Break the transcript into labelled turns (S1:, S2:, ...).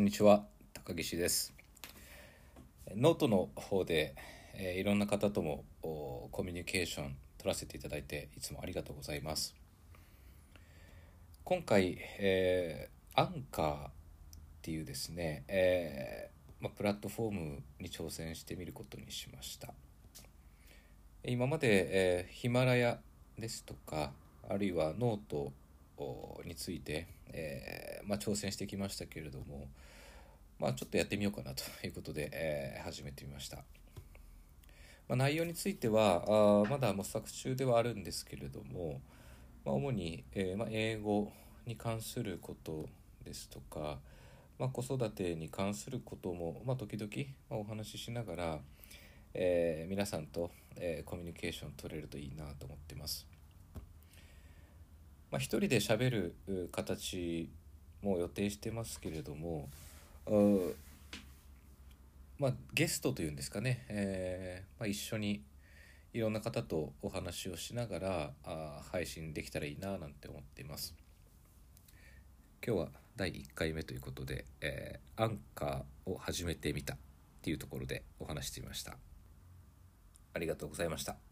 S1: んにちは、高岸です。ノートの方で、いろんな方ともコミュニケーション取らせていただいていつもありがとうございます。今回、アンカーっていうですね、プラットフォームに挑戦してみることにしました。今まで、ヒマラヤですとか、あるいはノートについて、挑戦してきましたけれども、ちょっとやってみようかなということで、始めてみました。内容についてはまだ模索中ではあるんですけれども、主に、英語に関することですとか、子育てに関することも、時々、お話ししながら、皆さんと、コミュニケーション取れるといいなと思ってます。一人で喋る形も予定してますけれども、ゲストというんですかね、一緒にいろんな方とお話をしながら配信できたらいいななんて思っています。今日は第1回目ということで、アンカーを始めてみたっていうところでお話してみました。ありがとうございました。